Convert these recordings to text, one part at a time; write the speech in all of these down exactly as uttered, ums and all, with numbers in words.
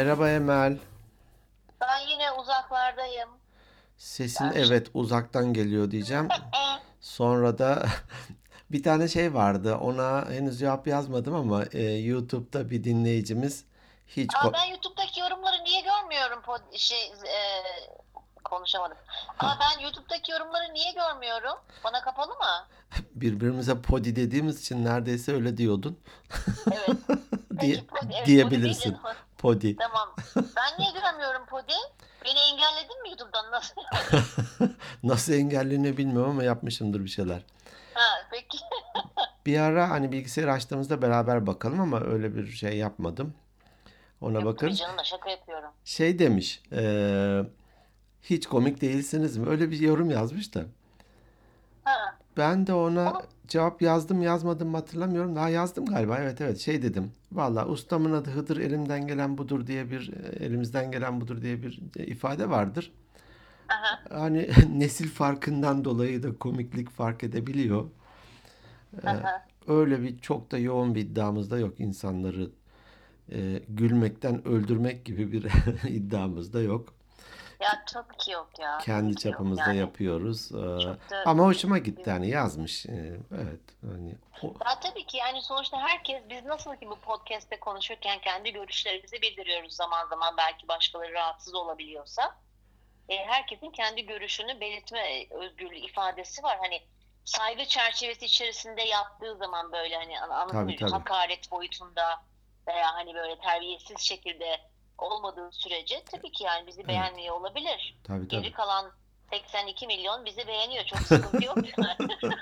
Merhaba Emel. Ben yine uzaklardayım. Sesin Ben evet uzaktan geliyor diyeceğim. Sonra da bir tane şey vardı. Ona henüz cevap yazmadım ama e, YouTube'da bir dinleyicimiz hiç Aa, ko- ben YouTube'daki yorumları niye görmüyorum? Pod- şey e, konuşamadım. Aa, ben YouTube'daki yorumları niye görmüyorum? Bana kapalı mı? birbirimize podi dediğimiz için neredeyse öyle diyordun Evet. diye Peki Podi, evet Podi deyince diyebilirsin. Podi. tamam. Ben niye görmüyorum Podi? Beni engelledin mi YouTube'dan? Nasıl yani? Nasıl engelleniyor bilmiyorum ama yapmışımdır bir şeyler. Ha, peki. Bir ara hani bilgisayar açtığımızda beraber bakalım ama öyle bir şey yapmadım. Ona Yok tabii bakarız. canım da şaka yapıyorum. Şey demiş, eee, hiç komik değilsiniz mi? Öyle bir yorum yazmış da. Ha, Ben de ona onu cevap yazdım yazmadım mı hatırlamıyorum. Daha yazdım galiba. Evet evet şey dedim. Valla ustamın adı Hıdır elimden gelen budur diye bir elimizden gelen budur diye bir ifade vardır. aha, Hani nesil farkından dolayı da komiklik fark edebiliyor. aha. Öyle bir çok da yoğun bir iddiamız da yok. İnsanları e, gülmekten öldürmek gibi bir iddiamız da yok. Ya tabii ki yok ya. Tabii Kendi ki yok. çapımızda Yani yapıyoruz. Ee, çok da ama hoşuma gitti yani yazmış. Ee, evet hani o- ya tabii ki yani sonuçta herkes biz nasıl ki bu podcast'te konuşurken kendi görüşlerimizi bildiriyoruz zaman zaman belki başkaları rahatsız olabiliyorsa. E, herkesin kendi görüşünü belirtme e, özgürlüğü ifadesi var. Hani saygı çerçevesi içerisinde yaptığı zaman böyle hani an- anladın mı? tabii tabii. Hakaret boyutunda veya hani böyle terbiyesiz şekilde olmadığı sürece tabii ki yani bizi Evet. beğenmiyor olabilir. Tabii tabii. Geri kalan seksen iki milyon bizi beğeniyor. Çok sıkıntı yok yani.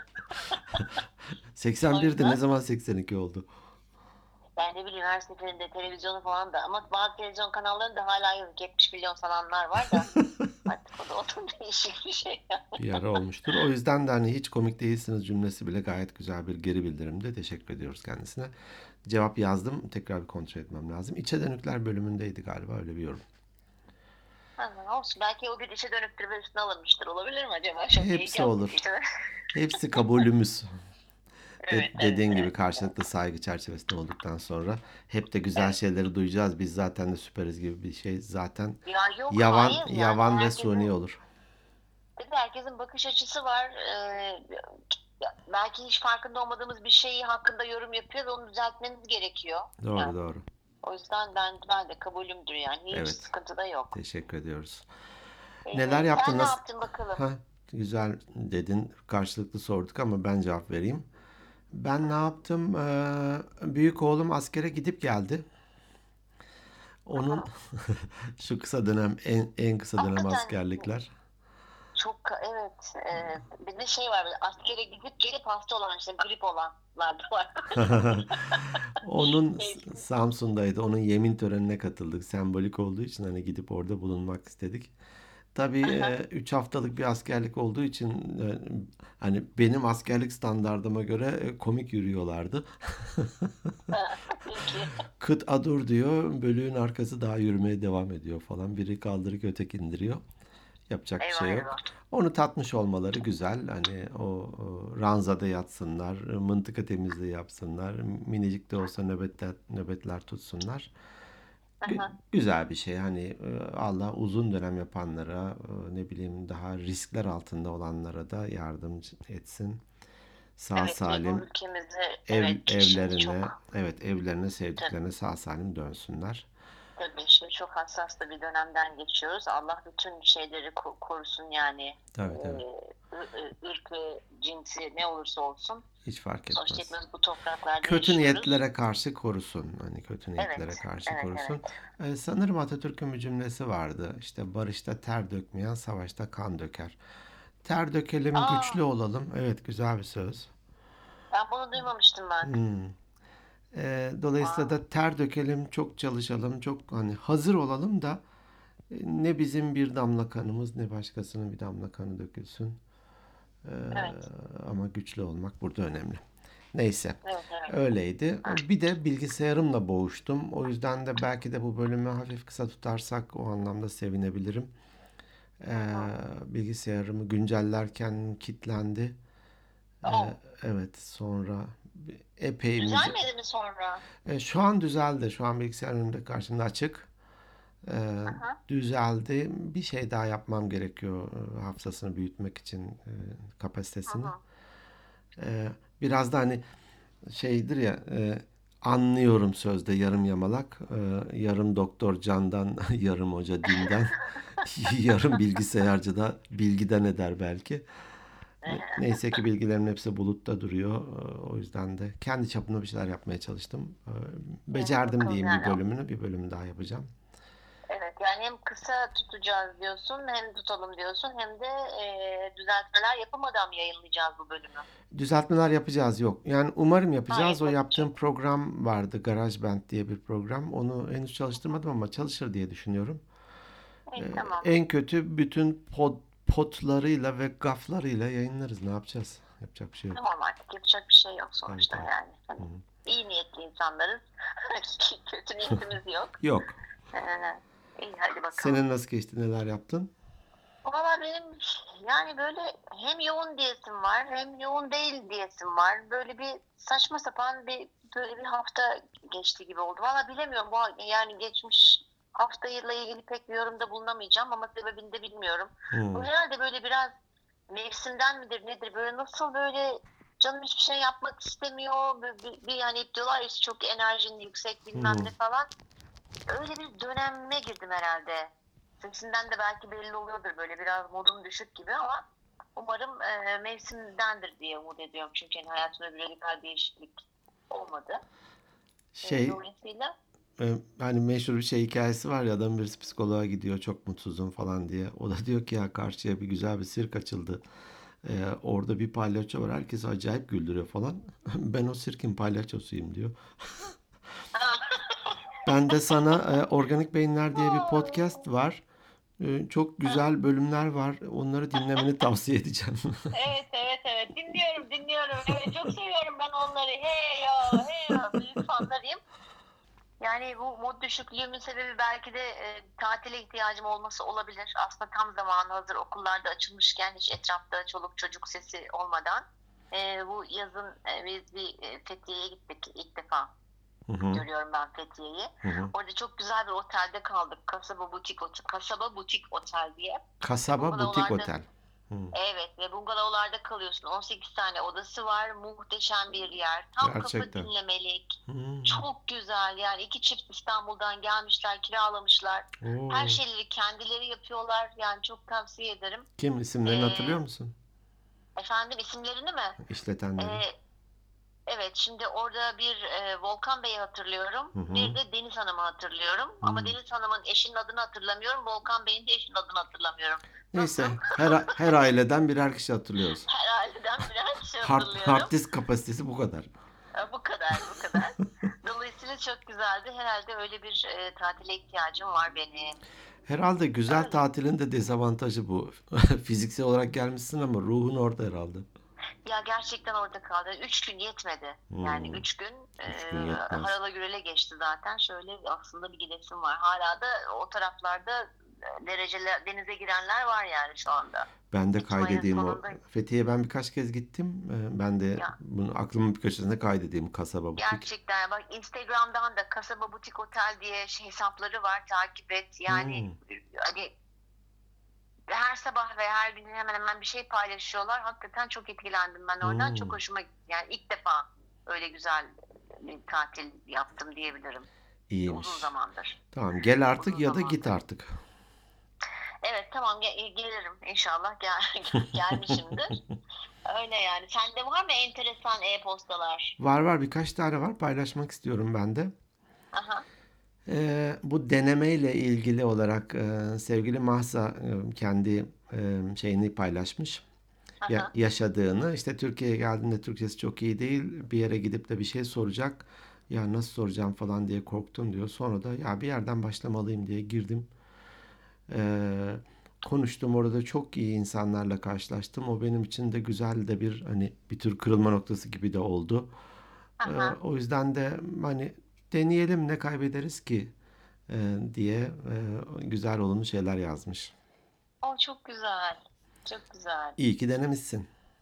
O seksen birdi ne yüzden zaman seksen iki oldu? ben ne bileyim her seferinde televizyonu falan da ama bazı televizyon kanallarında hala yok yetmiş milyon falanlar var da artık o da onun değişik bir şey yani. Bir ara olmuştur. O yüzden de hani hiç komik değilsiniz cümlesi bile gayet güzel bir geri bildirimde. Teşekkür ediyoruz kendisine. Cevap yazdım. Tekrar bir kontrol etmem lazım. İçe dönükler bölümündeydi galiba öyle bir yorum. Ha, olsun belki o gün işe dönüktür ve üstüne alınmıştır olabilir mi acaba? Çok geyik Hepsi yaptık olur. işte. Hepsi kabulümüz. De- Evet, evet, dediğin gibi evet, evet. karşılıklı saygı çerçevesinde olduktan sonra hep de güzel Evet. şeyleri duyacağız. Biz zaten de süperiz gibi bir şey zaten Ya yok yavan hayır yani yavan ve suni herkesin olur. tabii herkesin bakış açısı var. Ee, belki hiç farkında olmadığımız bir şeyi hakkında yorum yapıyor ve onu düzeltmemiz gerekiyor. Doğru Yani doğru. o yüzden ben ben de kabulümdür yani hiç Evet. sıkıntı da yok. Teşekkür ediyoruz. Neler Ee, yaptın? sen ne Nasıl? yaptın bakalım? Ha, güzel dedin. Karşılıklı sorduk ama ben cevap vereyim. Ben ne Hı. yaptım? Ee, büyük oğlum askere gidip geldi. Onun şu kısa dönem en, en kısa dönem Hakikaten askerlikler. çok evet. E, bir de şey var böyle askere gidip gelip hasta olan işte grip olanlar da var. Onun Neyse. Samsun'daydı. Onun yemin törenine katıldık. Sembolik olduğu için hani gidip orada bulunmak istedik. Tabii Aha, üç haftalık bir askerlik olduğu için e, hani benim askerlik standardıma göre e, komik yürüyorlardı. peki. Kıt adur diyor, bölüğün arkası daha yürümeye devam ediyor falan. Biri kaldırıyor, öteki indiriyor. Yapacak bir şey Eyvah yok. eyvah. Onu tatmış olmaları güzel. Hani o, o ranzada yatsınlar, mıntıka temizliği yapsınlar, minicik de olsa nöbetler, nöbetler tutsunlar. Gü- Aha, güzel bir şey. Hani e, Allah uzun dönem yapanlara, e, ne bileyim daha riskler altında olanlara da yardım etsin. Sağ evet ve bu salim ülkemizde ev evet şimdi evlerine, çok evet evlerine tabii, sevdiklerine sağ salim dönsünler. tabii şimdi çok hassas da bir dönemden geçiyoruz. Allah bütün şeyleri ko- korusun yani. Tabii tabii. Ee, ı- ırk ve cinsi ne olursa olsun. Hiç fark Sonuçta etmez. hepimiz bu topraklarda Kötü yaşıyoruz. niyetlere karşı korusun. Hani kötü niyetlere Evet, karşı evet, korusun. evet. Ee, sanırım Atatürk'ün bir cümlesi vardı. İşte barışta ter dökmeyen savaşta kan döker. Ter dökelim, güçlü Aa, olalım. Evet, güzel bir söz. ben bunu duymamıştım bak. Hmm. Ee, dolayısıyla Aa, da ter dökelim, çok çalışalım, çok hani hazır olalım da e, ne bizim bir damla kanımız ne başkasının bir damla kanı dökülsün. Ee, evet, ama güçlü olmak burada önemli. Neyse. evet, evet. Öyleydi. Bir de bilgisayarımla boğuştum. O yüzden de belki de bu bölümü hafif kısa tutarsak o anlamda sevinebilirim. Hı Ee, hı. bilgisayarımı güncellerken kilitlendi. Ee, Oh, evet sonra epey müze... düzelmedi mi sonra? E, şu an düzeldi. Şu an bilgisayar önümde karşımda açık. Ee, Aha, Düzeldi. Bir şey daha yapmam gerekiyor e, hafızasını büyütmek için, e, hı kapasitesini. hı. Ee, Biraz da hani şeydir ya, e, anlıyorum sözde yarım yamalak, e, yarım doktor candan, yarım hoca dinden, yarım bilgisayarcı da bilgiden eder belki. Ne- Neyse ki bilgilerin hepsi bulutta duruyor. E, O yüzden de kendi çapımda bir şeyler yapmaya çalıştım. E, Yani Becerdim bakalım diyeyim bir yani. bölümünü, bir bölüm daha yapacağım. Evet, yani hem kısa tutacağız diyorsun, hem tutalım diyorsun, hem de e, düzeltmeler yapamadan mı yayınlayacağız bu bölümü? Düzeltmeler yapacağız, yok. Yani umarım Ha, yapacağız. O yapabilecek. yaptığım program vardı, GarageBand diye bir program. Onu henüz Hı hı. çalıştırmadım ama çalışır diye düşünüyorum. İyi, Ee, tamam. En kötü bütün pod, potlarıyla ve gaflarıyla yayınlarız. Ne yapacağız? Yapacak bir şey yok. Tamam, artık yapacak bir şey yok Tabii sonuçta tabii. yani. Hani Hı hı. iyi niyetli insanlarız. Kötü niyetimiz yok. Yok. Ee, iyi, hadi bakalım. Senin nasıl geçti? Neler yaptın? Valla benim yani böyle hem yoğun diyesim var, hem yoğun değil diyesim var. Böyle bir saçma sapan bir böyle bir hafta geçti gibi oldu. Valla bilemiyorum, bu yani geçmiş haftayla ilgili pek bir yorumda bulunamayacağım ama sebebini de bilmiyorum. Bu Hı. herhalde böyle biraz mevsimden midir nedir, böyle nasıl böyle canım hiçbir şey yapmak istemiyor. Bir, bir, bir yani hep diyorlar ya işte çok enerjin yüksek bilmem Hı. ne falan. Öyle bir döneme girdim herhalde. Sesinden de belki belli oluyordur, böyle biraz modum düşük gibi ama umarım e, mevsimdendir diye umut ediyorum. Çünkü yani hayatımda bir radikal değişiklik olmadı. E, Şey, dolayısıyla e, hani meşhur bir şey hikayesi var ya, adam birisi psikoloğa gidiyor, çok mutsuzum falan diye. O da diyor ki ya, karşıya bir güzel bir sirk açıldı. Ee, orada bir palyaço var. Herkes acayip güldürüyor falan. Ben o sirkin palyaçosuyum diyor. Ben de sana e, Organik Beyinler diye bir podcast var. E, çok güzel bölümler var. Onları dinlemeni tavsiye edeceğim. evet, evet, evet, dinliyorum, dinliyorum, evet, çok seviyorum ben onları, hey ya, hey ya, büyük fanlarıyım. Yani bu mod düşüklüğümün sebebi belki de e, tatile ihtiyacım olması olabilir. Aslında tam zamanı, hazır okullarda açılmışken, hiç etrafta çoluk çocuk sesi olmadan. E, bu yazın e, biz bir e, Fethiye'ye gittik ilk defa. Hı hı, Görüyorum ben Fethiye'yi. hı hı. Orada çok güzel bir otelde kaldık. Kasaba Butik Otel, Kasaba Butik Otel diye. Kasaba Butik Bungalovlarda, Otel. Hı, evet, ve bungalovlarda kalıyorsun. on sekiz tane odası var. Muhteşem bir yer. Tam kafa gerçekten. dinlemelik. Hı. Çok güzel. Yani iki çift İstanbul'dan gelmişler, kiralamışlar. Her Oo. şeyleri kendileri yapıyorlar. Yani çok tavsiye ederim. Kim, isimlerini hatırlıyor Ee, musun? efendim, isimlerini mi? İşletenlerin. Ee, evet, şimdi orada bir e, Volkan Bey'i hatırlıyorum. Hı Bir hı. de Deniz Hanım'ı hatırlıyorum. Ama Hı. Deniz Hanım'ın eşinin adını hatırlamıyorum. Volkan Bey'in de eşinin adını hatırlamıyorum. Nasıl? Neyse, her her aileden birer kişi hatırlıyoruz. Her aileden birer kişi Hard, hard hatırlıyorum. disk kapasitesi bu kadar. E, Bu kadar, bu kadar. Dolayısıyla çok güzeldi. Herhalde öyle bir e, tatile ihtiyacım var benim. Herhalde güzel Öyle. tatilin de dezavantajı bu. Fiziksel olarak gelmişsin ama ruhun orada herhalde. Ya gerçekten orada kaldı. Üç gün yetmedi. Yani Hmm, üç gün e, üç gün yetmez. harala gürele geçti zaten. Şöyle aslında bir gidesim var. Hala da o taraflarda e, dereceler, denize girenler var yani şu anda. Ben de Ekim ayının kaydedeyim o. sonunda. Fethiye'ye ben birkaç kez gittim. Ee, Ben de Ya bunu aklımın bir köşesine kaydedeyim, kasaba butik. gerçekten bak, Instagram'dan da Kasaba Butik Otel diye şey, hesapları var, takip et. Yani Hmm, hani her sabah ve her gün hemen hemen bir şey paylaşıyorlar. Hakikaten çok etkilendim ben oradan. Çok hmm, hoşuma gitti. Yani ilk defa öyle güzel bir tatil yaptım diyebilirim. Uzun iyiymiş. zamandır. Tamam, gel artık Uzun ya da git zamandır. artık. Evet, tamam, ge- gelirim inşallah. Gel gelmişimdir. Öyle yani. Sende var mı enteresan e-postalar? Var var, birkaç tane var, paylaşmak istiyorum ben de. Aha, Ee, bu denemeyle ilgili olarak e, sevgili Mahsa e, kendi e, şeyini paylaşmış. Ya, aha. yaşadığını, işte Türkiye'ye geldiğinde Türkçesi çok iyi değil, bir yere gidip de bir şey soracak, ya nasıl soracağım falan diye korktum diyor. Sonra da ya bir yerden başlamalıyım diye girdim. Ee, Konuştum orada, çok iyi insanlarla karşılaştım. O benim için de güzel de bir, hani bir tür kırılma noktası gibi de oldu. Ee, Aha. O yüzden de hani deneyelim, ne kaybederiz ki e, diye e, güzel olumlu şeyler yazmış. O çok güzel. Çok güzel. İyi ki denemişsin.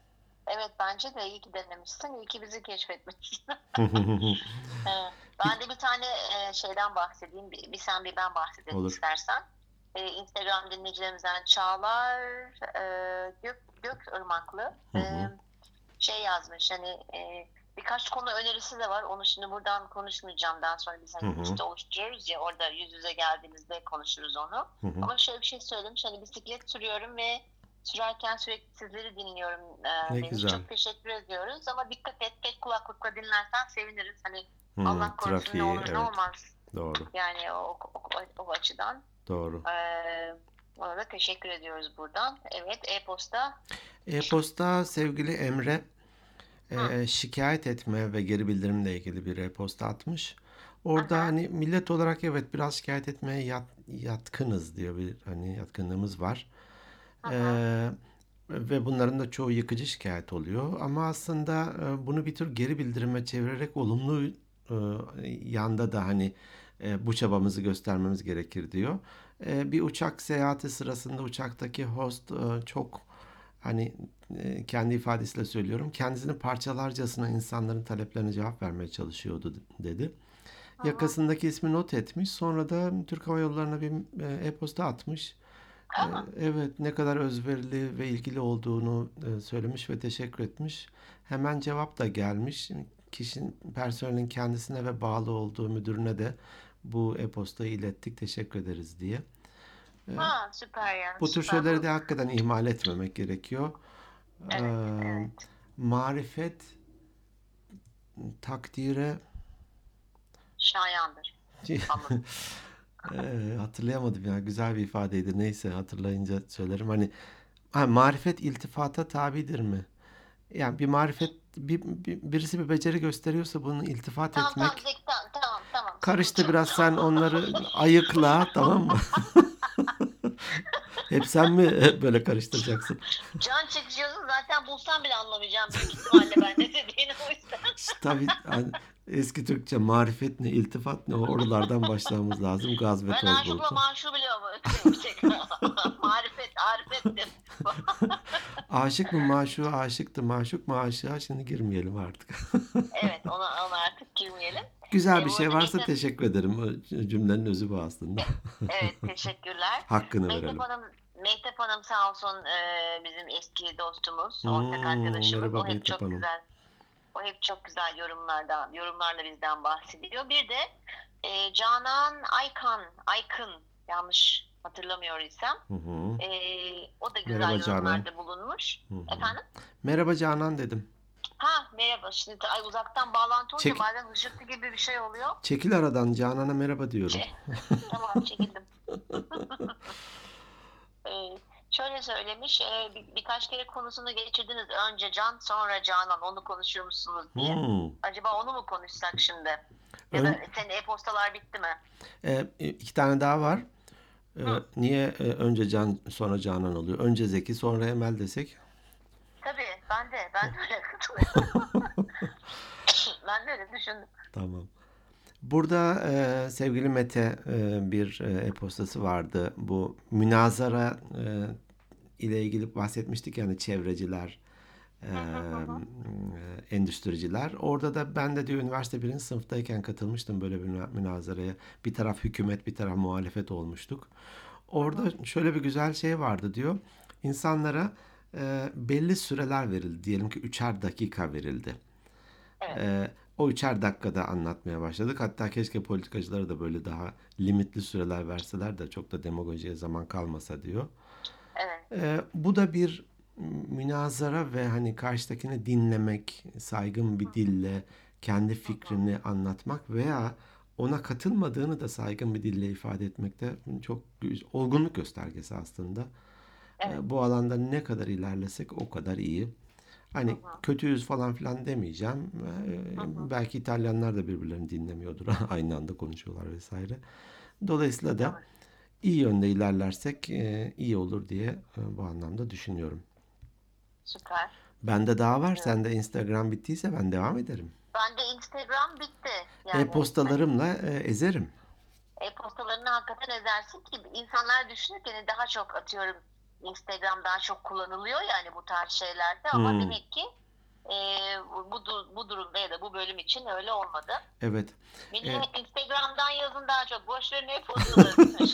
Evet, bence de iyi ki denemişsin. İyi ki bizi keşfetmişsin. Evet. Ben de bir tane e, şeyden bahsedeyim. Bir, bir sen bir ben bahsedelim Olur. istersen. E, Instagram dinleyicilerimizden Çağlar e, Gök, Gökırmaklı Hı e, hı. şey yazmış. Hani e, birkaç konu önerisi de var. Onu şimdi buradan konuşmayacağım. Daha sonra biz Hı hani hı. liste oluşturuyoruz ya, orada yüz yüze geldiğimizde konuşuruz onu. Hı hı. Ama şöyle bir şey söylemiş. Hani bisiklet sürüyorum ve sürerken sürekli sizleri dinliyorum Ne e, demiş. güzel. Çok teşekkür ediyoruz. Ama dikkat et, tek kulaklıkla dinlersen seviniriz. Hani Hı, Allah korusun, ne trafiği olur ne evet. olmaz. Doğru. Yani o, o, o, o açıdan Doğru. e, ona da teşekkür ediyoruz buradan. Evet, e-posta. E-posta sevgili Emre Hı, e, şikayet etme ve geri bildirimle ilgili bir e-posta atmış. Orada aha, hani millet olarak evet biraz şikayet etmeye yat, yatkınız diyor, bir hani yatkınlığımız var. aha, E, ve bunların da çoğu yıkıcı şikayet oluyor. Ama aslında e, bunu bir tür geri bildirime çevirerek olumlu e, yanda da hani e, bu çabamızı göstermemiz gerekir diyor. E, bir uçak seyahati sırasında uçaktaki host e, çok hani e, kendi ifadesiyle söylüyorum, kendisini parçalarcasına insanların taleplerine cevap vermeye çalışıyordu dedi. aha. Yakasındaki ismi not etmiş. Sonra da Türk Hava Yolları'na bir e, e-posta atmış. E, Ha, evet, ne kadar özverili ve ilgili olduğunu e, söylemiş ve teşekkür etmiş. Hemen cevap da gelmiş. Kişinin, personelin kendisine ve bağlı olduğu müdürüne de bu e-postayı ilettik, teşekkür ederiz diye. E, ha, süper ya, bu tür süper. şeyleri Bu, de hakikaten ihmal etmemek gerekiyor. E, evet, evet. marifet takdire Şayandır. Anladım. Eee, hatırlayamadım ya, güzel bir ifadeydi, neyse hatırlayınca söylerim. Hani ha, marifet iltifata tabidir mi? Yani bir marifet bir, bir- birisi bir beceri gösteriyorsa bunu iltifat Tamam tamam etmek Zeki, tamam tamam tamam, sıkıntı karıştı yok. biraz, sen onları ayıkla, tamam mı? Hep sen mi böyle karıştıracaksın? Can çekişiyorsun zaten, bulsam bile anlamayacağım büyük ihtimalle ben ne dediğini, o yüzden. İşte tabii hani eski Türkçe marifet ne, iltifat ne, oralardan başlamamız lazım. Gaz ve Ben toz aşıkla bulutu. maşu biliyorum. Öteki yüksek. Marifet, arifettir. Aşık mı maşuğa, aşıktı maşuk mu aşığa, şimdi girmeyelim artık. Evet, ona, ona artık girmeyelim. Güzel E, bir bu şey arada varsa Mehtap, teşekkür ederim. O cümlenin özü bu aslında. e, evet, teşekkürler. Hakkını Mehtap verelim. Hanım, Mehtap Hanım sağ olsun, e, bizim eski dostumuz, ortak Hmm, arkadaşımız. merhaba O hep Mehtap çok Hanım. güzel, o hep çok güzel yorumlardan, yorumlarla bizden bahsediyor. Bir de e, Canan Aykan, Aykın, yanlış hatırlamıyorsam. Hı hı. E, o da güzel Merhaba Canan. yorumlarda bulunmuş. Hı hı. Efendim? Merhaba Canan dedim. Ha, merhaba. Şimdi ay, uzaktan bağlantı olunca Çek, bazen hışırtı gibi bir şey oluyor. çekil aradan, Canan'a merhaba diyorum. Şey, tamam, çekildim. Ee, şöyle söylemiş, e, bir, birkaç kere konusunu geçirdiniz. Önce Can, sonra Canan, onu konuşuyormuşsunuz diye. Hmm. Acaba onu mu konuşsak şimdi? Ya da Ön, senin e-postalar bitti mi? e, iki tane daha var. E, Hı, niye e, önce Can sonra Canan oluyor? Önce Zeki sonra Emel desek? tabii, ben de, ben de öyle katılıyorum. Ben de öyle düşündüm. Tamam. Burada e, sevgili Mete e, bir e, e-postası vardı. Bu münazara e, ile ilgili bahsetmiştik, yani çevreciler, e, Hı hı hı hı. e, endüstriciler. Orada da ben de diyor üniversite birinci sınıftayken katılmıştım böyle bir münazaraya. Bir taraf hükümet, bir taraf muhalefet olmuştuk. Hı hı. Orada şöyle bir güzel şey vardı diyor. İnsanlara e, belli süreler verildi. Diyelim ki üçer dakika verildi. Evet. Ee, o üçer dakikada anlatmaya başladık. Hatta keşke politikacılara da böyle daha limitli süreler verseler de çok da demagojiye zaman kalmasa diyor. Evet. Ee, bu da bir münazara ve hani karşıdakini dinlemek, saygın Hı bir hı dille kendi hı hı. fikrini anlatmak veya ona katılmadığını da saygın bir dille ifade etmekte çok olgunluk göstergesi aslında. Evet. Ee, bu alanda ne kadar ilerlesek o kadar iyi. Hı Hani hı kötüyüz falan filan demeyeceğim. hı hı. Ee, belki İtalyanlar da birbirlerini dinlemiyordur. Aynı anda konuşuyorlar vesaire. Dolayısıyla da Tabii. iyi yönde ilerlersek e, iyi olur diye e, bu anlamda düşünüyorum. Süper. Bende daha var. Katılıyorum. Sende Instagram bittiyse ben devam ederim. Ben de Instagram bitti. Yani hani E-postalarımla e, ezerim. e-postalarını hakikaten edersin ki insanlar düşünür ki hani daha çok, atıyorum, Instagram daha çok kullanılıyor yani bu tarz şeylerde, ama Hmm. demek ki e, bu, du- bu durumda ya da bu bölüm için öyle olmadı. Evet. E, Millet Instagram'dan yazın daha çok. Boş verin e-postalarını.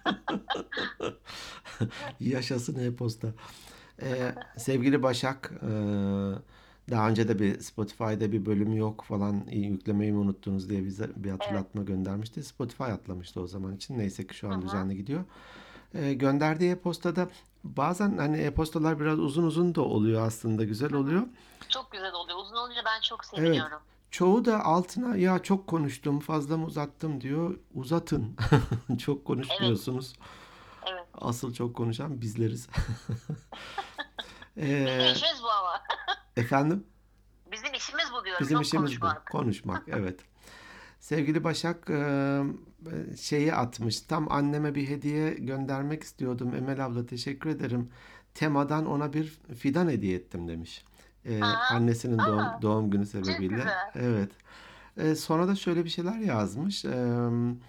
Yaşasın e-posta. E, sevgili Başak, e, daha önce de bir Spotify'da bir bölüm yok falan, iyi yüklemeyi mi unuttunuz diye bize bir Evet. hatırlatma göndermişti. Spotify atlamıştı o zaman için. Neyse ki şu Hı an hı. düzenli gidiyor. E, gönderdiği e-postada bazen hani e-postalar biraz uzun uzun da oluyor, aslında güzel Hı hı. oluyor. Çok güzel oluyor. Uzun olunca ben çok Evet. seviniyorum. Çoğu da altına ya çok konuştum, fazla mı uzattım diyor. Uzatın. Çok Evet. konuşmuyorsunuz. Evet. Asıl çok konuşan bizleriz. Bizim Ee, işimiz bu ama. efendim? Bizim işimiz bu diyorum. Bizim Çok işimiz bu. konuşmak. Konuşmak. Evet. Sevgili Başak, e, şeyi atmış. Tam anneme bir hediye göndermek istiyordum. Emel abla teşekkür ederim. Temadan ona bir fidan hediye ettim demiş. Ee, Aha. annesinin doğum, Aa, doğum günü çok sebebiyle. güzel. Evet. Ee, sonra da şöyle bir şeyler yazmış. Ee,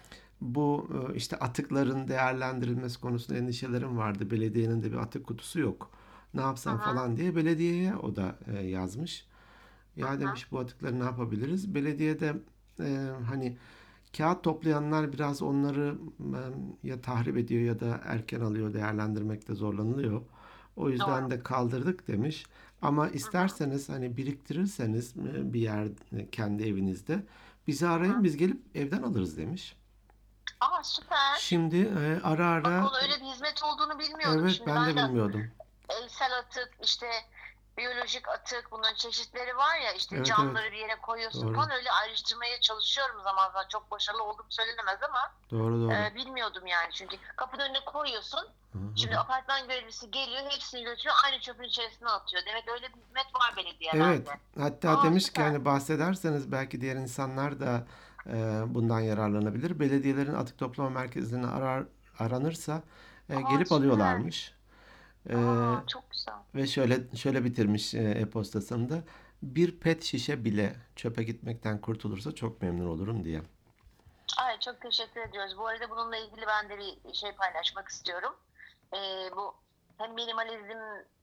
bu e, işte atıkların değerlendirilmesi konusunda endişelerim vardı. Belediyenin de bir atık kutusu yok. Ne Hı yapsam hı. falan diye belediyeye o da e, yazmış. Hı Ya hı. demiş, bu atıkları ne yapabiliriz? Belediyede e, hani kağıt toplayanlar biraz onları e, ya tahrip ediyor ya da erken alıyor, değerlendirmekte zorlanılıyor. O yüzden Doğru. de kaldırdık demiş. Ama Hı hı. isterseniz hani biriktirirseniz e, bir yer, e, kendi evinizde bizi Hı arayın, hı. biz gelip evden alırız demiş. Aa, süper. Şimdi e, ara Bak, ara onun öyle bir hizmet olduğunu bilmiyordum. evet, Şimdi ben de ben de bilmiyordum. evsel atık, işte biyolojik atık, bunların çeşitleri var ya, işte Evet, evet, camları bir yere koyuyorsun doğru falan, öyle ayrıştırmaya çalışıyorum zaman zaman. Çok başarılı olduğum söylenemez ama doğru doğru. e, bilmiyordum yani. Çünkü kapının önüne koyuyorsun. Hı Şimdi hı. apartman görevlisi geliyor, hepsini götürüyor, aynı çöpün içerisine atıyor. Demek öyle bir hizmet var Evet, belediyelerde. hatta Aa, demiş ki süper. hani bahsederseniz belki diğer insanlar da e, bundan yararlanabilir. Belediyelerin atık toplama merkezlerini arar, aranırsa e, Aa, gelip süper. alıyorlarmış. E, Aa, çok güzel. ve şöyle şöyle bitirmiş e, e-postasında: bir pet şişe bile çöpe gitmekten kurtulursa çok memnun olurum diye. Ay, çok teşekkür ediyoruz. Bu arada bununla ilgili ben de bir şey paylaşmak istiyorum. Ee, bu hem minimalizm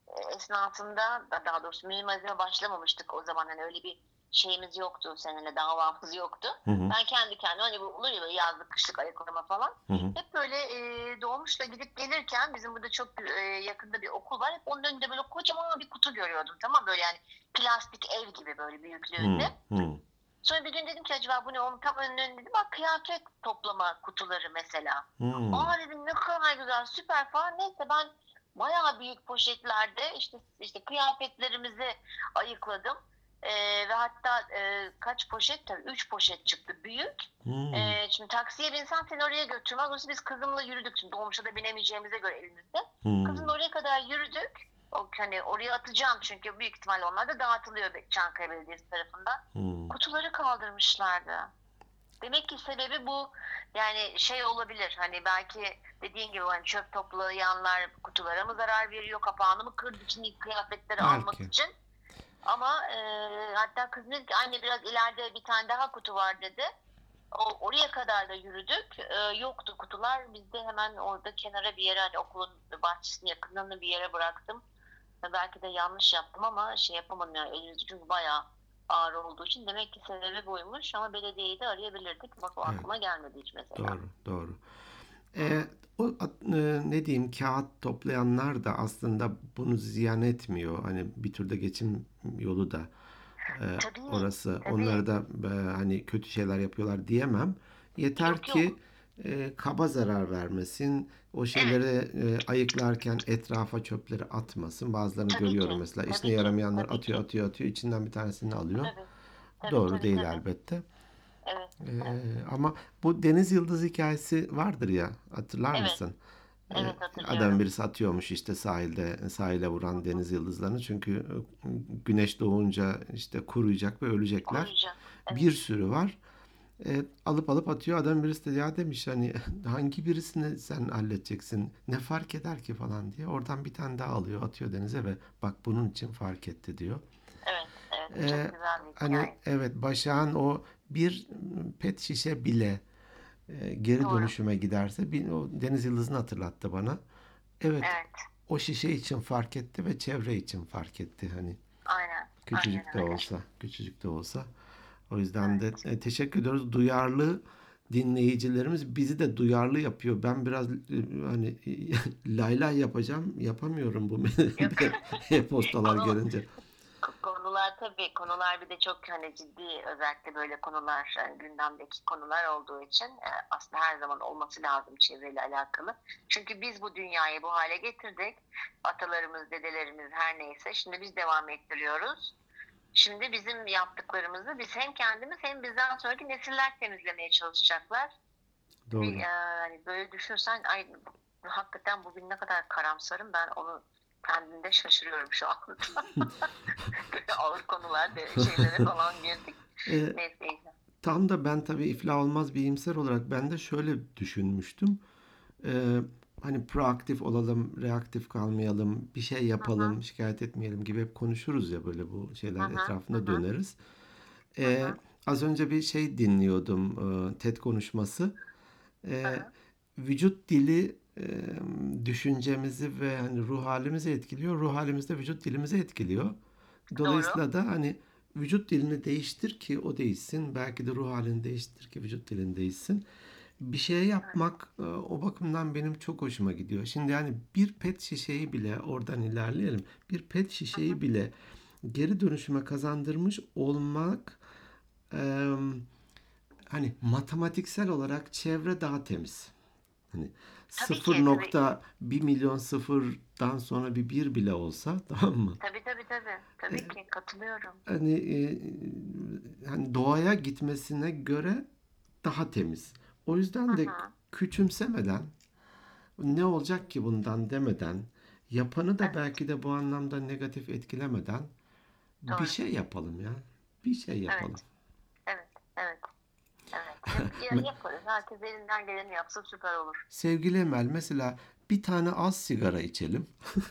esnasında, daha doğrusu minimalizme başlamamıştık o zaman. Hani öyle bir şeyimiz yoktu, seninle davamız yoktu. Hı hı, Ben kendi kendime, hani bu olur ya böyle yazlık kışlık ayıklama falan. hı hı, Hep böyle e, dolmuşla gidip gelirken, bizim burada çok e, yakında bir okul var. Hep onun önünde böyle kocaman bir kutu görüyordum. Tamam, böyle yani plastik ev gibi böyle büyüklüğünde. hı hı, Sonra bir gün dedim ki acaba bu ne? Onun tam önünde dedim, bak, kıyafet toplama kutuları mesela. hı, Aa, dedim, ne kadar güzel, süper falan. Neyse, ben bayağı büyük poşetlerde işte işte kıyafetlerimizi ayıkladım. Ee, ve hatta e, kaç poşet, tabii üç poşet çıktı büyük. hı, Ee, şimdi taksiye binsen seni oraya götürmez. Dolayısıyla biz kızımla yürüdük. Şimdi dolmuşa da binemeyeceğimize göre elimizde. hı, Kızımla oraya kadar yürüdük. O, hani oraya atacağım çünkü büyük ihtimalle onlar da dağıtılıyor Çankaya Belediyesi tarafından. hı. Kutuları kaldırmışlardı. Demek ki sebebi bu. Yani şey olabilir, hani belki dediğin gibi hani çöp toplayanlar kutulara mı zarar veriyor, kapağını mı kırdı için kıyafetleri almak Belki. için. Ama e, hatta kız dedi ki anne, biraz ileride bir tane daha kutu var dedi. O, oraya kadar da yürüdük. E, yoktu kutular. Biz de hemen orada kenara bir yere, hani okulun bahçesinin yakınlarına bir yere bıraktım. Belki de yanlış yaptım ama şey yapamadım yani, elimiz çünkü bayağı ağır olduğu için. Demek ki sebebi buymuş ama belediyeyi de arayabilirdik. Bak, o Evet, aklıma gelmedi hiç mesela. doğru doğru. Hı E, o e, ne diyeyim, kağıt toplayanlar da aslında bunu ziyan etmiyor. Hani bir türde geçim yolu da e, Tabii, orası. tabii. Onları da e, hani kötü şeyler yapıyorlar diyemem. Yeter Yok, yok. ki e, kaba zarar vermesin. O Evet, şeyleri e, ayıklarken etrafa çöpleri atmasın. Bazılarını tabii görüyorum ki. mesela, işine Tabii ki. yaramayanlar Tabii atıyor ki. atıyor atıyor. İçinden bir tanesini alıyor. Tabii. Tabii, Doğru tabii, değil tabii. elbette. Evet. Evet. Ee, ama bu Deniz Yıldız hikayesi vardır ya, hatırlar Evet. mısın? Ee, Evet, adam hatırlıyorum. birisi atıyormuş işte sahilde, sahile vuran deniz yıldızlarını, çünkü e, güneş doğunca işte kuruyacak ve ölecekler. Koruyacak. Evet. Bir sürü var. Ee, alıp alıp atıyor. Adam birisi de ya demiş hani hangi birisini sen halledeceksin? Ne fark eder ki falan diye. Oradan bir tane daha alıyor, atıyor denize ve bak bunun için fark etti diyor. Evet. Evet. Çok Ee, güzel bir hani hikaye. evet, Başak'ın o bir pet şişe bile e, geri Doğru. dönüşüme giderse, bir, o deniz yıldızını hatırlattı bana. Evet, Evet. o şişe için fark etti ve çevre için fark etti hani. Aynen. Küçücük Aynen de öyle. olsa, küçücük de olsa. O yüzden de Evet. e, teşekkür ediyoruz. Duyarlı dinleyicilerimiz bizi de duyarlı yapıyor. Ben biraz e, hani lay lay yapacağım. Yapamıyorum bu Yok. e-postalar Konu gelince. Konular tabii konular bir de çok hani ciddi özellikle böyle konular yani gündemdeki konular olduğu için e, aslında her zaman olması lazım çevreyle alakalı. Çünkü biz bu dünyayı bu hale getirdik. Atalarımız, dedelerimiz her neyse şimdi biz devam ettiriyoruz. Şimdi bizim yaptıklarımızı biz hem kendimiz hem bizden sonraki nesiller temizlemeye çalışacaklar. Tabii, Doğru. yani böyle düşünsen ay hakikaten bugün ne kadar karamsarım ben onu kendimde şaşırıyorum şu anda. Böyle ağır konular de- şeylere falan girdik. E, Neyse iyi. Tam da ben tabii iflah olmaz bir iyimser olarak ben de şöyle düşünmüştüm. Ee, Hani proaktif olalım, reaktif kalmayalım, bir şey Hı hı, yapalım, şikayet etmeyelim gibi hep konuşuruz ya böyle bu hı şeyler hı, hı etrafında hı, döneriz. hı Ee, hı, Az önce bir şey dinliyordum, e, TED konuşması. hı Ee, hı. Vücut dili e, düşüncemizi ve hani ruh halimizi etkiliyor, ruh halimiz de vücut dilimizi etkiliyor. Doğru. Dolayısıyla da hani vücut dilini değiştir ki o değişsin, belki de ruh halini değiştir ki vücut dilin değişsin. Bir şey Evet. yapmak e, o bakımdan benim çok hoşuma gidiyor. Şimdi yani bir pet şişeyi bile oradan ilerleyelim. Bir pet Hı hı. şişeyi bile geri dönüşüme kazandırmış olmak e, hani matematiksel olarak çevre daha temiz. Hani Tabii ki tabii. sıfır nokta bir milyon sıfırdan sonra bir bir bile olsa tamam mı? Tabii tabii tabii. Tabii ki katılıyorum. Hani e, hani doğaya gitmesine göre daha temiz. O Hı yüzden de hı. küçümsemeden ne olacak ki bundan demeden yapanı da Evet. belki de bu anlamda negatif etkilemeden bir Doğru. şey yapalım ya. Bir şey yapalım. Evet. Evet. Evet. Evet. Yap, ya- yaparız. Herkes elinden geleni yapsa süper olur. Sevgili Emel mesela bir tane az sigara içelim.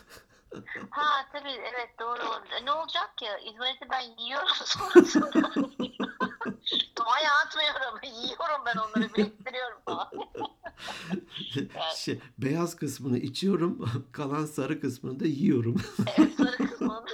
Ha tabii evet doğru. E, ne olacak ki? İzmariti ben yiyorum sonrasında. Doğaya atmıyorum. Yiyorum ben onları biriktiriyorum falan. Yani, Şey, beyaz kısmını içiyorum, kalan sarı kısmını da yiyorum. evet sarı kısmını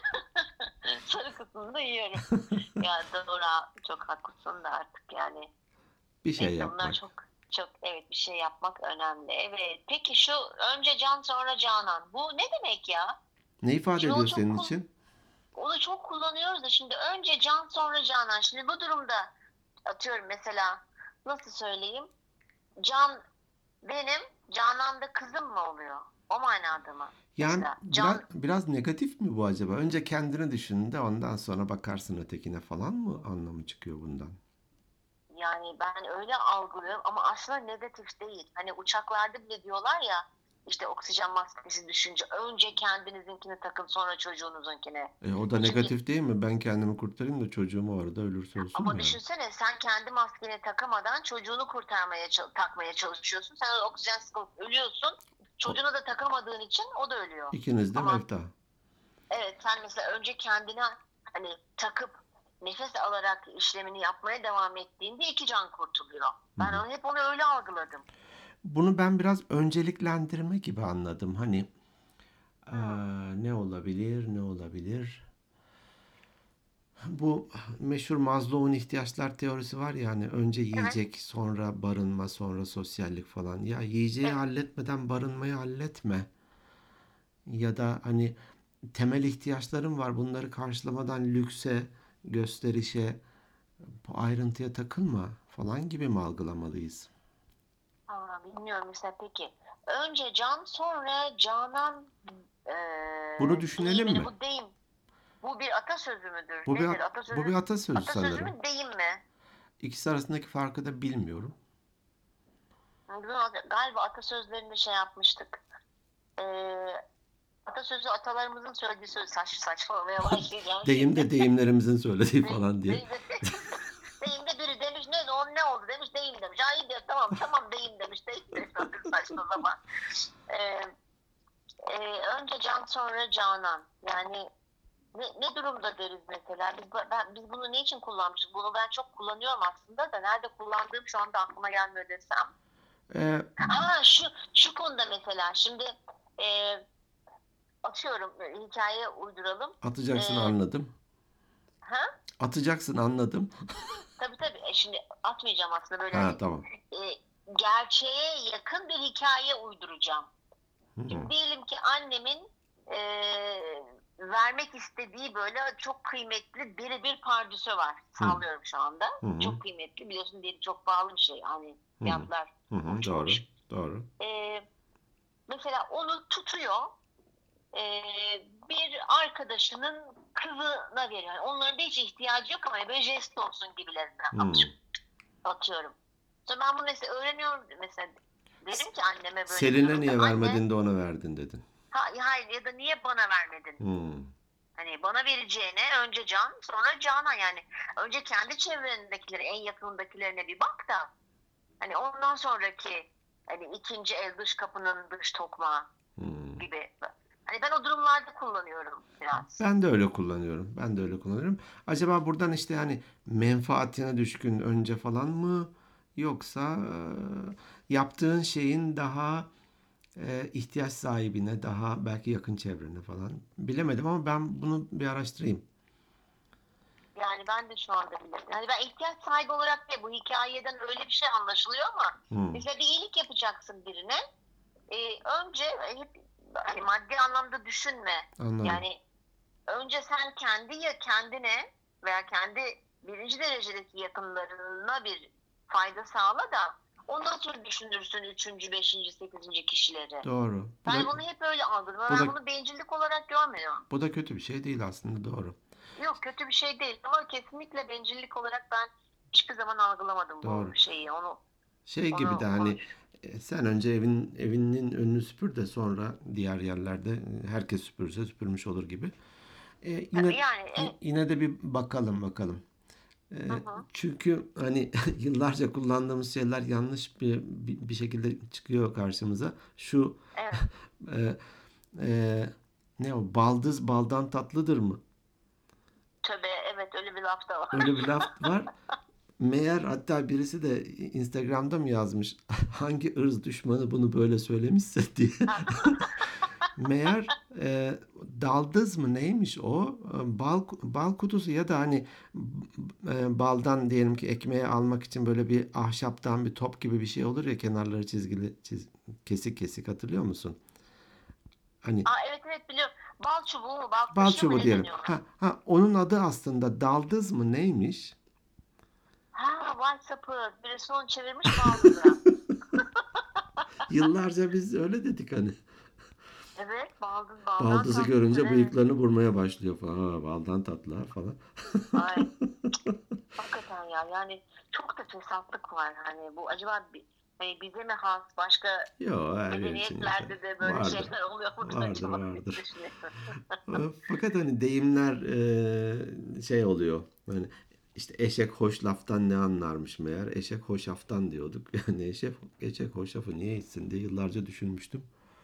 sarı kısmını da yiyorum. Ya doğru çok haklısın da artık yani. Bir şey Neyse bunlar yapmak. çok çok evet bir şey yapmak önemli. Evet. Peki şu önce Can sonra Canan. Bu ne demek ya? Ne ifade Şimdi onu ediyor çok senin kul için? onu çok kullanıyoruz da şimdi önce Can sonra Canan. Şimdi bu durumda atıyorum mesela nasıl söyleyeyim? Can benim, Canan da kızım mı oluyor? O manada mı? Yani Mesela biraz Can biraz negatif mi bu acaba? Önce kendini düşün de ondan sonra bakarsın ötekine falan mı anlamı çıkıyor bundan? yani ben öyle algılıyorum ama aslında negatif değil. Hani uçaklarda bile diyorlar ya işte oksijen maskesi düşünce önce kendinizinkini takın sonra çocuğunuzunkini. E, o da E çünkü negatif değil mi? Ben kendimi kurtarayım da çocuğum o arada ölürse ölsün ama yani. düşünsene sen kendi maskeni takamadan çocuğunu kurtarmaya takmaya çalışıyorsun. Sen o oksijen sıkılıp ölüyorsun. O, Çocuğuna da takamadığın için o da ölüyor. ikiniz de Ama mefta. evet sen mesela önce kendine hani takıp nefes alarak işlemini yapmaya devam ettiğinde iki can kurtuluyor. Hı Ben hı. onu hep onu öyle algıladım. Bunu ben biraz önceliklendirme gibi anladım. Hani eee, Hmm, ne olabilir, ne olabilir? Bu meşhur Maslow'un ihtiyaçlar teorisi var ya hani önce evet, yiyecek, sonra barınma, sonra sosyallik falan. Ya yiyeceği evet. halletmeden barınmayı halletme. Ya da hani temel ihtiyaçlarım var. Bunları karşılamadan lükse, gösterişe, ayrıntıya takılma falan gibi mi algılamalıyız? Aa, bilmiyorum mesela peki. Önce Can sonra Canan Bunu eee düşünelim deyimini mi? bu deyim bu bir atasözü müdür? Bu bir Nedir? bu bir Atasözü atasözü atasözü sanırım. mü deyim mi? İkisi arasındaki farkı da bilmiyorum. Bunu galiba atasözlerinde şey yapmıştık. Eee atasözü atalarımızın söylediği söz saç saçmalamaya başlayacağım Deyim şimdi. de deyimlerimizin söylediği Deyim, falan diye. deyim de, deyim de biri demiş ne o ne oldu demiş deyim demiş. Ay diyor tamam tamam deyim demiş deyim demiş. Çok saçma zaman. Ee, e, önce Can sonra Canan. Yani ne, ne durumda deriz mesela? Biz, ben, biz bunu ne için kullanmışız? Bunu ben çok kullanıyorum aslında da nerede kullandığım şu anda aklıma gelmiyor desem. Ee, Ha şu şu konuda mesela şimdi e, atıyorum e, hikaye uyduralım. Atacaksın E, anladım. Ha? Atacaksın, anladım. Tabii tabii. E şimdi atmayacağım aslında, böyle Ha, hani tamam. e, gerçeğe yakın bir hikaye uyduracağım. Hı hı. Şimdi diyelim ki annemin e, vermek istediği böyle çok kıymetli deri bir pardösü var. Hı Sallıyorum şu anda. hı. Hı Çok kıymetli. Biliyorsun deri çok pahalı bir şey. Hani hı. fiyatlar Hı hı. Doğru. uçmuş. Doğru. E, Mesela onu tutuyor. e, Bir arkadaşının kızına veriyor. Yani onların da hiç ihtiyacı yok ama böyle jest olsun gibilerinden Hı. atıyorum. Sonra ben bunu mesela öğreniyorum, mesela dedim ki anneme böyle bir Selin'e durumda, niye anne vermedin de ona verdin dedin. ha, hayır ya da niye bana vermedin? Hı. Hani bana vereceğine önce Can sonra Canan, yani önce kendi çevrendekileri, en yakındakilerine bir bak da hani ondan sonraki, hani ikinci el dış kapının dış tokmağı Hı. gibi. Hani ben o durumlarda kullanıyorum biraz. Ben de öyle kullanıyorum. Ben de öyle kullanıyorum. Acaba buradan işte yani menfaatine düşkün önce falan mı, yoksa e, yaptığın şeyin daha e, ihtiyaç sahibine, daha belki yakın çevrene falan, bilemedim ama ben bunu bir araştırayım. Yani ben de şu anda bile. Yani ben ihtiyaç sahibi olarak değil, bu hikayeden öyle bir şey anlaşılıyor ama Hmm, mesela bir iyilik yapacaksın birine. Ee, önce hep hani maddi anlamda düşünme. anladım. Yani önce sen kendi ya kendine veya kendi birinci derecedeki yakınlarına bir fayda sağla da ondan sonra düşünürsün üçüncü, beşinci, sekizinci kişileri. Doğru. Bu da Ben bunu hep öyle algıladım. bu da Ben bunu bencillik olarak görmüyorum. bu da kötü bir şey değil aslında, doğru. Yok, kötü bir şey değil ama kesinlikle bencillik olarak ben hiçbir zaman algılamadım bu Doğru. şeyi. Onu Şey gibi de onu hani, konuş. e, sen önce evin evinin önünü süpür de sonra diğer yerlerde e, herkes süpürse süpürmüş olur gibi. E, yine Yani y- evet. yine de bir bakalım bakalım. E, Hı hı. Çünkü hani yıllarca kullandığımız şeyler yanlış bir, bir bir şekilde çıkıyor karşımıza. Şu Evet. e, e, ne o, baldız baldan tatlıdır mı? Tövbe, evet, öyle bir laf da var. Öyle bir laf var. Meğer hatta birisi de Instagram'da mı yazmış? Hangi ırz düşmanı bunu böyle söylemişse diye. Meğer e, daldız mı neymiş o? E, Bal, bal kutusu ya da hani e, baldan diyelim ki ekmeği almak için böyle bir ahşaptan bir top gibi bir şey olur ya, kenarları çizgili, çiz, kesik kesik, hatırlıyor musun? Hani Aa, evet evet, biliyorum. Bal çubuğu mu, bal bal kaşığı mı, çubuğu ne diyelim. deniyor ona? Ha, ha, onun adı aslında daldız mı neymiş? Ha, vay sapı. Birisi onu çevirmiş baldıza. Yıllarca biz öyle dedik hani. Evet, baldız baldan Baldızı tatlıdır, görünce evet. bıyıklarını vurmaya başlıyor falan. Ha, baldan tatlılar falan. Ay, hakikaten ya, yani çok da fesatlık var. Hani bu acaba bi- hani bize mi has, başka Yo, her yer için geçer. medeniyetlerde de böyle Vardır. şeyler oluyor mudur Vardır, acaba diye vardır. düşünüyorum. Fakat hani deyimler e, şey oluyor. Hani işte eşek hoş laftan ne anlarmış meğer. Eşek hoşaftan diyorduk. Yani eşek, eşek hoşafı niye içsin diye yıllarca düşünmüştüm.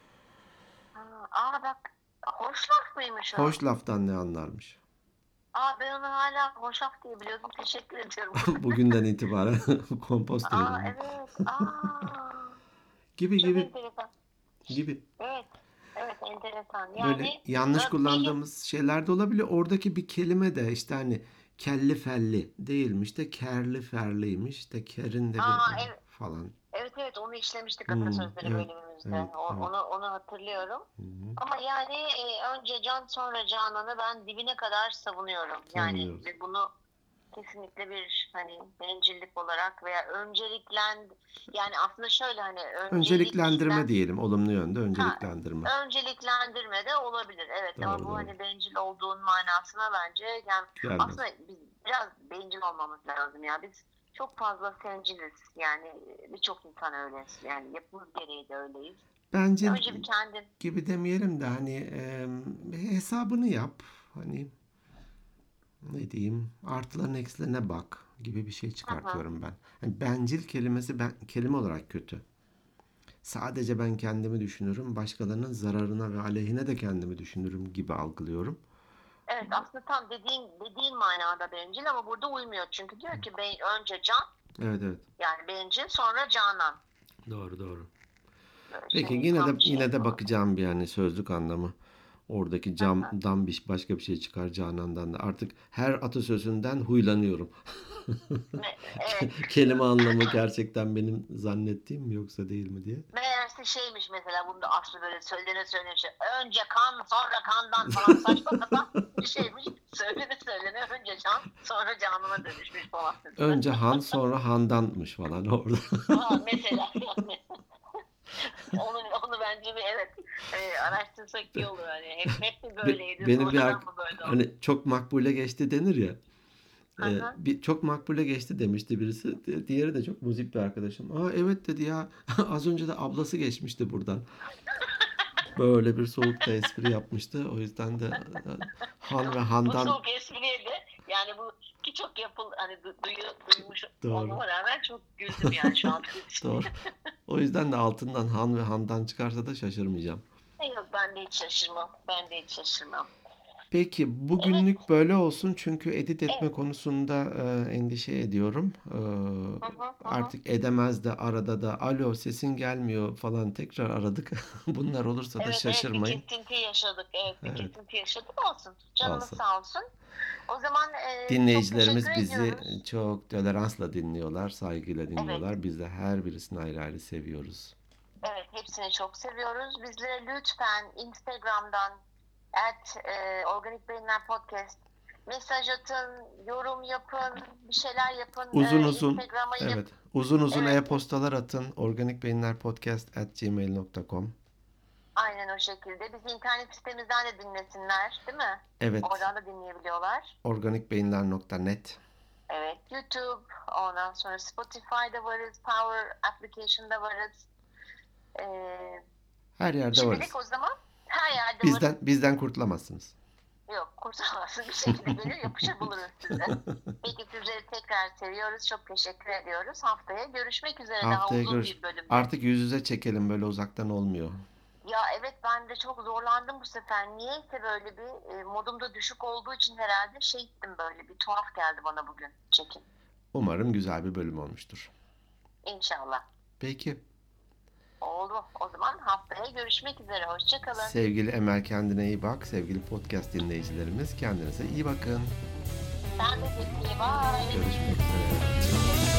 Ha, aa bak, hoş laf mıymış o? Hoş laftan ne anlarmış. Aa, ben onu hala hoşaf diye biliyordum. Teşekkür ediyorum. Bugünden itibaren kompost Aa, edelim. evet. Aa, Gibi çok gibi enteresan. gibi. Evet. Evet, enteresan. Böyle Yani yanlış e, benim kullandığımız şeyler de olabilir. Oradaki bir kelime de işte hani kelli felli değilmiş de kerli ferliymiş. İşte kerin de bir aa evet, falan. evet evet, onu işlemiştik Hmm, atasözleri evet, bölümümüzde. evet, O- evet. Onu onu hatırlıyorum. Hı hı. Ama yani e, önce Can sonra Canan'ı ben dibine kadar savunuyorum. Yani Savunuyoruz. ve bunu kesinlikle bir hani bencillik olarak veya önceliklen, yani aslında şöyle, hani Önceliklendirme önceliklen diyelim. Olumlu yönde ha, önceliklendirme. önceliklendirme de olabilir. Evet, ama Doğru, bu doğru. hani bencil olduğun manasına bence yani Gelmez. aslında biz biraz bencil olmamız lazım ya. Biz çok fazla senciliz. Yani birçok insan öyle. Yani yapımız gereği de öyleyiz. Bencil Önce bir kendin. gibi demeyelim de hani e, hesabını yap. Hani ne diyeyim, artıların eksilerine bak gibi bir şey Hı hı. çıkartıyorum ben. Yani bencil kelimesi ben, kelime olarak kötü. Sadece ben kendimi düşünürüm, başkalarının zararına ve aleyhine de kendimi düşünürüm gibi algılıyorum. Evet, aslında tam dediğin dediğin manada bencil ama burada uymuyor. Çünkü diyor ki ben, önce Can, Evet, evet. yani bencil, sonra Canan. Doğru, doğru. Böyle Peki şey yine de tam şey yine de yapamadım. bakacağım bir, yani sözlük anlamı. Oradaki Aha. camdan bir başka bir şey çıkar, Canan'dan da. Artık her atasözünden huylanıyorum. Me- Evet. Kelime anlamı gerçekten benim zannettiğim mi yoksa değil mi diye. Meğerse şeymiş mesela bunda aslı böyle söylene söylene şey. Önce kan sonra kandan falan saçma sapan bir şeymiş. Söylene söylene önce can sonra canına dönüşmüş falan. Önce Han sonra Handanmış falan orada. Ha, mesela yani. Onu, onu bence bir evet e, araştırsak iyi olur. Hani hep, hep mi Be- böyleydi Benim bir sonradan ark- mı böyle oldu? hani çok makbule geçti denir ya. Hı Ee, hı. bir çok makbule geçti demişti birisi. Di- Diğeri de çok muzip bir arkadaşım. Aa evet dedi ya. Az önce de ablası geçmişti buradan. Böyle bir soğuk da espri yapmıştı. O yüzden de e, Han ve Bu Handan soğuk espriye de yani bu ki çok yapıl hani du- duyu, duymuş doğru. olmama rağmen çok güldüm yani şu an. Doğru. O yüzden de altından Han ve Handan çıkarsa da şaşırmayacağım. Yok ben de hiç şaşırmam. Ben de hiç şaşırmam. Peki Evet, bugünlük böyle olsun çünkü edit etme evet. konusunda e, endişe ediyorum. E, Hı hı, hı hı. artık edemez de arada da alo sesin gelmiyor falan tekrar aradık. Bunlar olursa da Evet, evet bir şaşırmayın. kesinti yaşadık. Evet bir Evet, kesinti yaşadık olsun. Canımız olsun. sağ olsun. O zaman e, çok teşekkür Dinleyicilerimiz bizi ediyoruz. çok toleransla dinliyorlar, saygıyla Evet, dinliyorlar. Biz de her birisini ayrı ayrı seviyoruz. evet hepsini çok seviyoruz. Bizlere lütfen Instagram'dan at e, Organik Beyinler Podcast mesaj atın, yorum yapın, bir şeyler yapın. Uzun E, uzun, Instagram'a yap. evet, uzun uzun Evet, e-postalar atın. organikbeyinlerpodcast at gmail nokta com. aynen o şekilde. Bizi internet sitemizden de dinlesinler, değil mi? Evet, Oradan da dinleyebiliyorlar. organikbeyinler nokta net. Evet, YouTube, ondan sonra Spotify'da varız, Power Application'da varız. Ee, Her yerde şimdilik varız. o zaman her yerde varız. Bizden bizden kurtulamazsınız. Yok, kurtulamazsın bir şekilde gelir yapışır buluruz sizi. Peki sizleri tekrar seviyoruz, çok teşekkür ediyoruz. Haftaya görüşmek üzere daha Haftaya uzun görüş. bir bölümde. Artık yüz yüze çekelim böyle uzaktan olmuyor. Ya evet ben de çok zorlandım bu sefer. Niyeyse böyle bir e, modumda düşük olduğu için herhalde şey ettim böyle bir tuhaf geldi bana bugün çekim. Umarım güzel bir bölüm olmuştur. İnşallah. Peki. Oldu. O zaman haftaya görüşmek üzere. Hoşça kalın. Sevgili Emel kendine iyi bak. Sevgili podcast dinleyicilerimiz kendinize iyi bakın. Sen de peki. Bye. Görüşmek üzere.